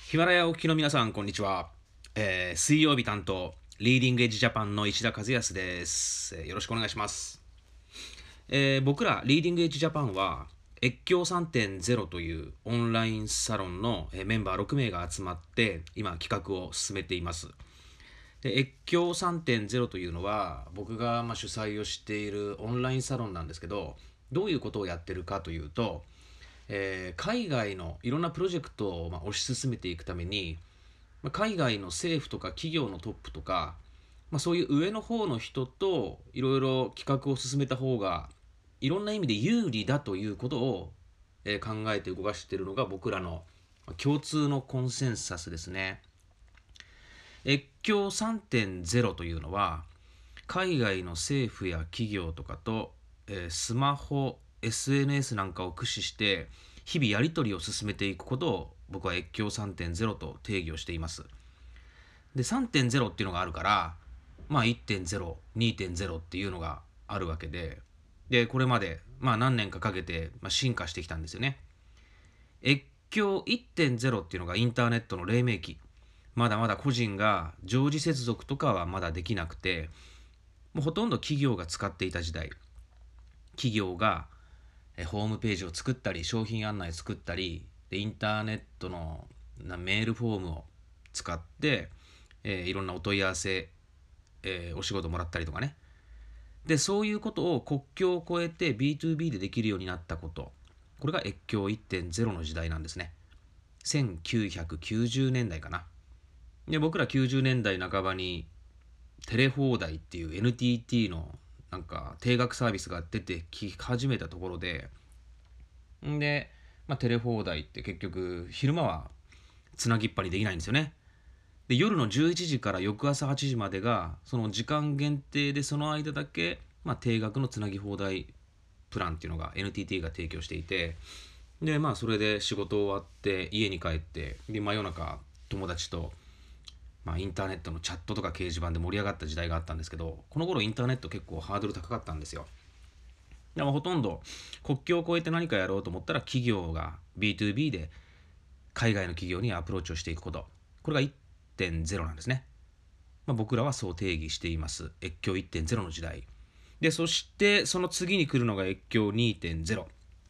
ヒマラヤお聞きの皆さん、こんにちは。水曜日担当、リーディングエッジジャパンの石田和康です。よろしくお願いします。僕らリーディングエッジジャパンは、越境3.0というオンラインサロンのメンバー6名が集まって、今企画を進めています。で、越境3.0というのは、僕が主催をしているオンラインサロンなんですけど、どういうことをやってるかというと、海外のいろんなプロジェクトを推し進めていくために、海外の政府とか企業のトップとか、そういう上の方の人といろいろ企画を進めた方がいろんな意味で有利だということを、考えて動かしているのが僕らの共通のコンセンサスですね。越境3.0というのは海外の政府や企業とかと、スマホ SNS なんかを駆使して日々やり取りを進めていくことを僕は越境3.0と定義をしています。で3.0っていうのがあるから、1.0、2.0っていうのがあるわけで、これまで何年かかけて進化してきたんですよね。越境1.0っていうのがインターネットの黎明期。まだまだ個人が常時接続とかはまだできなくて、もうほとんど企業が使っていた時代。企業がホームページを作ったり商品案内作ったりで、インターネットのメールフォームを使って、いろんなお問い合わせ、お仕事もらったりとかね。でそういうことを国境を越えて B2B でできるようになったこと、これが越境1.0の時代なんですね。1990年代かな。で僕ら90年代半ばにテレ放題っていう NTT のなんか定額サービスが出てき始めたところで、テレ放題って結局昼間はつなぎっぱにできないんですよね。で夜の11時から翌朝8時までがその時間限定で、その間だけ、定額のつなぎ放題プランっていうのが NTT が提供していて、でそれで仕事終わって家に帰って、で真夜中友達とインターネットのチャットとか掲示板で盛り上がった時代があったんですけど、この頃インターネット結構ハードル高かったんですよ。でもほとんど国境を越えて何かやろうと思ったら企業が B2B で海外の企業にアプローチをしていくこと、これが1.0なんですね。僕らはそう定義しています。越境1.0の時代で、そしてその次に来るのが越境 2.0、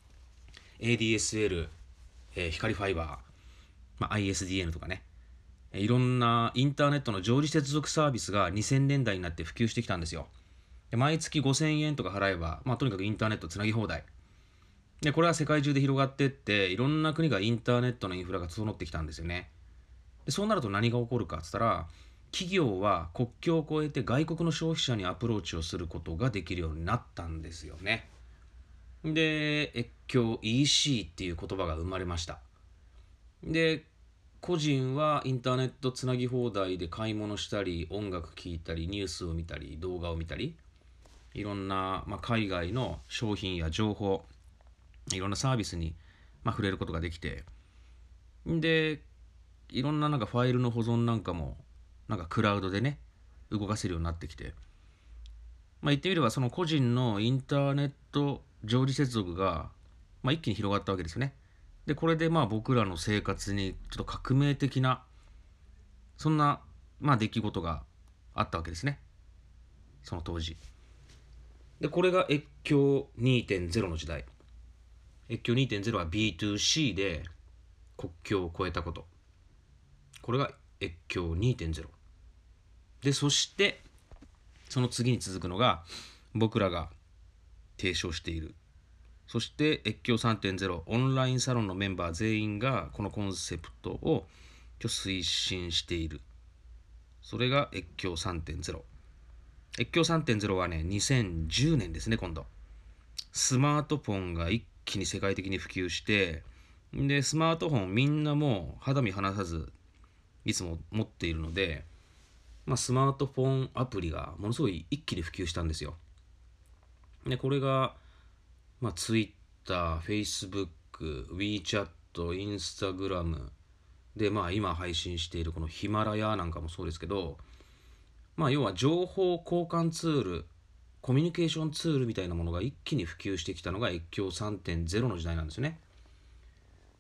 ADSL、光ファイバー、ISDN とかね、いろんなインターネットの常時接続サービスが2000年代になって普及してきたんですよ。で毎月5000円とか払えば、とにかくインターネットつなぎ放題で、これは世界中で広がっていって、いろんな国がインターネットのインフラが整ってきたんですよね。でそうなると何が起こるかって言ったら、企業は国境を越えて外国の消費者にアプローチをすることができるようになったんですよね。で越境 EC っていう言葉が生まれました。で個人はインターネットつなぎ放題で買い物したり、音楽聴いたり、ニュースを見たり、動画を見たり、いろんな、海外の商品や情報、いろんなサービスに、触れることができて、でいろんなファイルの保存なんかもクラウドでね動かせるようになってきて、言ってみればその個人のインターネット常時接続が、一気に広がったわけですよね。でこれで僕らの生活にちょっと革命的なそんな出来事があったわけですね、その当時。でこれが越境2.0の時代。越境2.0は B2C で国境を越えたこと、これが越境2.0で、そしてその次に続くのが僕らが提唱している、そして越境3.0、オンラインサロンのメンバー全員がこのコンセプトを推進している、それが越境3.0。越境3.0はね、2010年ですね。今度スマートフォンが一気に世界的に普及して、でスマートフォンみんなもう肌身離さずいつも持っているので、スマートフォンアプリがものすごい一気に普及したんですよ。でこれが、Twitter、Facebook、WeChat、Instagram で、今配信しているこのヒマラヤなんかもそうですけど、要は情報交換ツール、コミュニケーションツールみたいなものが一気に普及してきたのが越境3.0の時代なんですよね。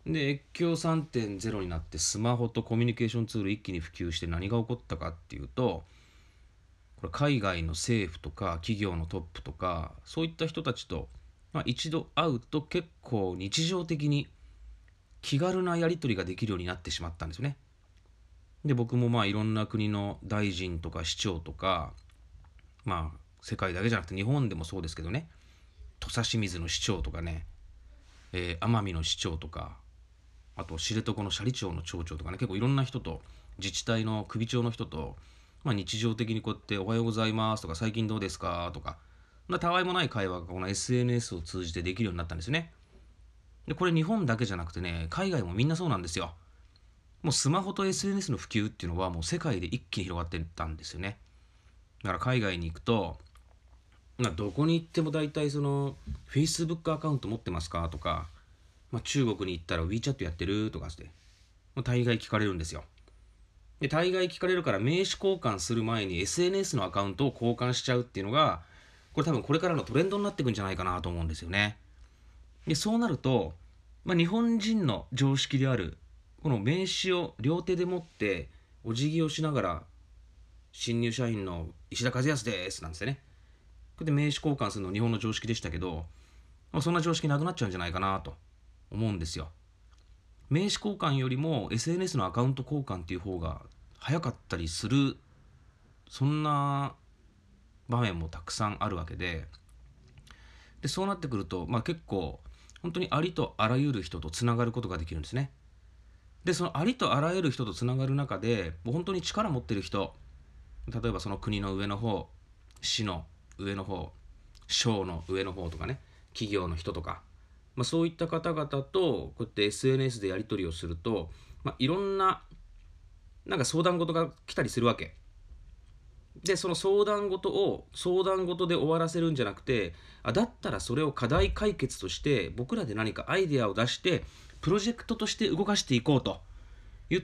で越境3.0になってスマホとコミュニケーションツール一気に普及して何が起こったかっていうと、これ海外の政府とか企業のトップとかそういった人たちと、一度会うと結構日常的に気軽なやり取りができるようになってしまったんですよね。で僕もいろんな国の大臣とか市長とか、世界だけじゃなくて日本でもそうですけどね、土佐清水の市長とかね、奄美の市長とか、あと知床の斜里町の町長とかね、結構いろんな人と、自治体の首長の人と、日常的にこうやっておはようございますとか最近どうですかとか、たわいもない会話がこの SNS を通じてできるようになったんですよね。でこれ日本だけじゃなくてね、海外もみんなそうなんですよ。もうスマホと SNS の普及っていうのはもう世界で一気に広がっていったんですよね。だから海外に行くと、どこに行っても大体その Facebook アカウント持ってますかとか、中国に行ったら WeChat やってるとかして、大概聞かれるんですよ。で大概聞かれるから名刺交換する前に SNS のアカウントを交換しちゃうっていうのが、これ多分これからのトレンドになっていくんじゃないかなと思うんですよね。でそうなると、日本人の常識であるこの名刺を両手で持ってお辞儀をしながら、新入社員の石田和康ですなんですよね。これで名刺交換するの日本の常識でしたけど、そんな常識なくなっちゃうんじゃないかなと思うんですよ。名刺交換よりも SNS のアカウント交換っていう方が早かったりする、そんな場面もたくさんあるわけで、そうなってくると、結構本当にありとあらゆる人とつながることができるんですね。でそのありとあらゆる人とつながる中で、もう本当に力持ってる人、例えばその国の上の方、市の上の方、省の上の方とかね、企業の人とか、そういった方々とこうやって SNS でやり取りをすると、いろんな相談事が来たりするわけで、その相談事を相談事で終わらせるんじゃなくて、だったらそれを課題解決として僕らで何かアイデアを出してプロジェクトとして動かしていこうと言って、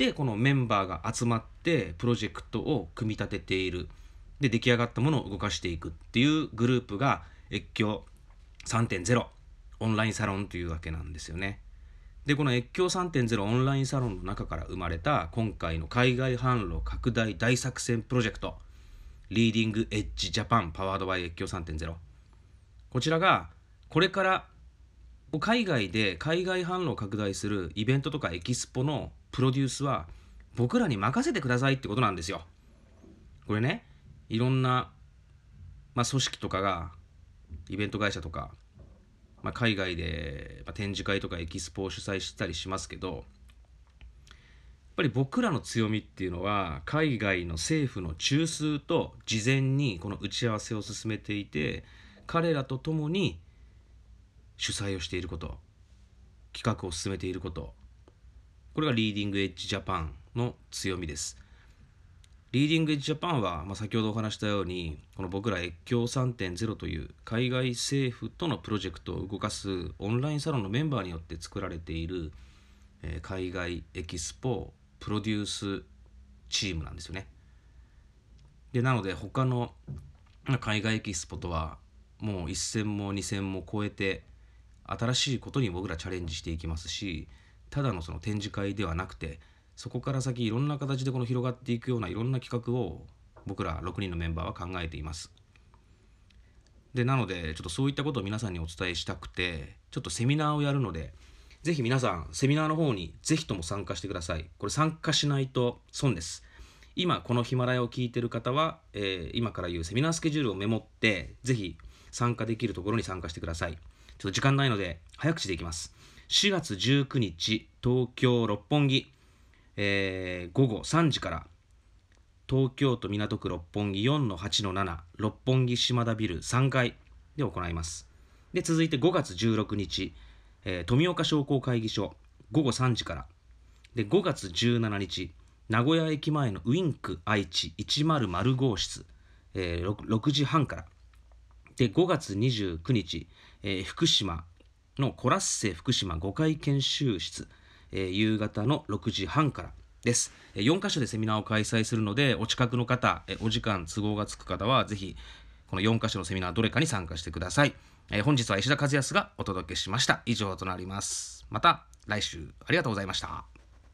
このメンバーが集まってプロジェクトを組み立てている。で出来上がったものを動かしていくっていうグループが越境 3.0 オンラインサロンというわけなんですよね。でこの越境 3.0 オンラインサロンの中から生まれた今回の海外販路拡大大作戦プロジェクト、リーディングエッジジャパンパワードバイ越境 3.0、 こちらがこれから海外で海外販路を拡大するイベントとかエキスポのプロデュースは僕らに任せてくださいってことなんですよ。これね、いろんな、組織とかが、イベント会社とか、海外で、展示会とかエキスポを主催したりしますけど、やっぱり僕らの強みっていうのは海外の政府の中枢と事前にこの打ち合わせを進めていて、彼らと共に主催をしていること、企画を進めていること、これがリーディングエッジジャパンの強みです。リーディングエッジジャパンは、先ほどお話したように、この僕ら越境 3.0 という海外政府とのプロジェクトを動かすオンラインサロンのメンバーによって作られている、海外エキスポプロデュースチームなんですよね。でなので他の海外エキスポとはもう一線も二線も超えて新しいことに僕らチャレンジしていきますし、ただのその展示会ではなくて、そこから先いろんな形でこの広がっていくようないろんな企画を僕ら6人のメンバーは考えています。でなのでちょっとそういったことを皆さんにお伝えしたくて、ちょっとセミナーをやるので、ぜひ皆さんセミナーの方にぜひとも参加してください。これ参加しないと損です。今このヒマラヤを聞いている方は、今から言うセミナースケジュールをメモってぜひ参加できるところに参加してください。ちょっと時間ないので早口でいきます。4月19日東京六本木、午後3時から東京都港区六本木 4-8-7 六本木島田ビル3階で行います。で続いて5月16日、富岡商工会議所午後3時からで、5月17日名古屋駅前のウィンク愛知100号室、6時半からで、5月29日、福島のコラッセ福島5階研修室、夕方の6時半からです。4カ所でセミナーを開催するので、お近くの方、お時間都合がつく方はぜひこの4カ所のセミナーどれかに参加してください。 本日は石田和康がお届けしました。以上となります。また来週ありがとうございました。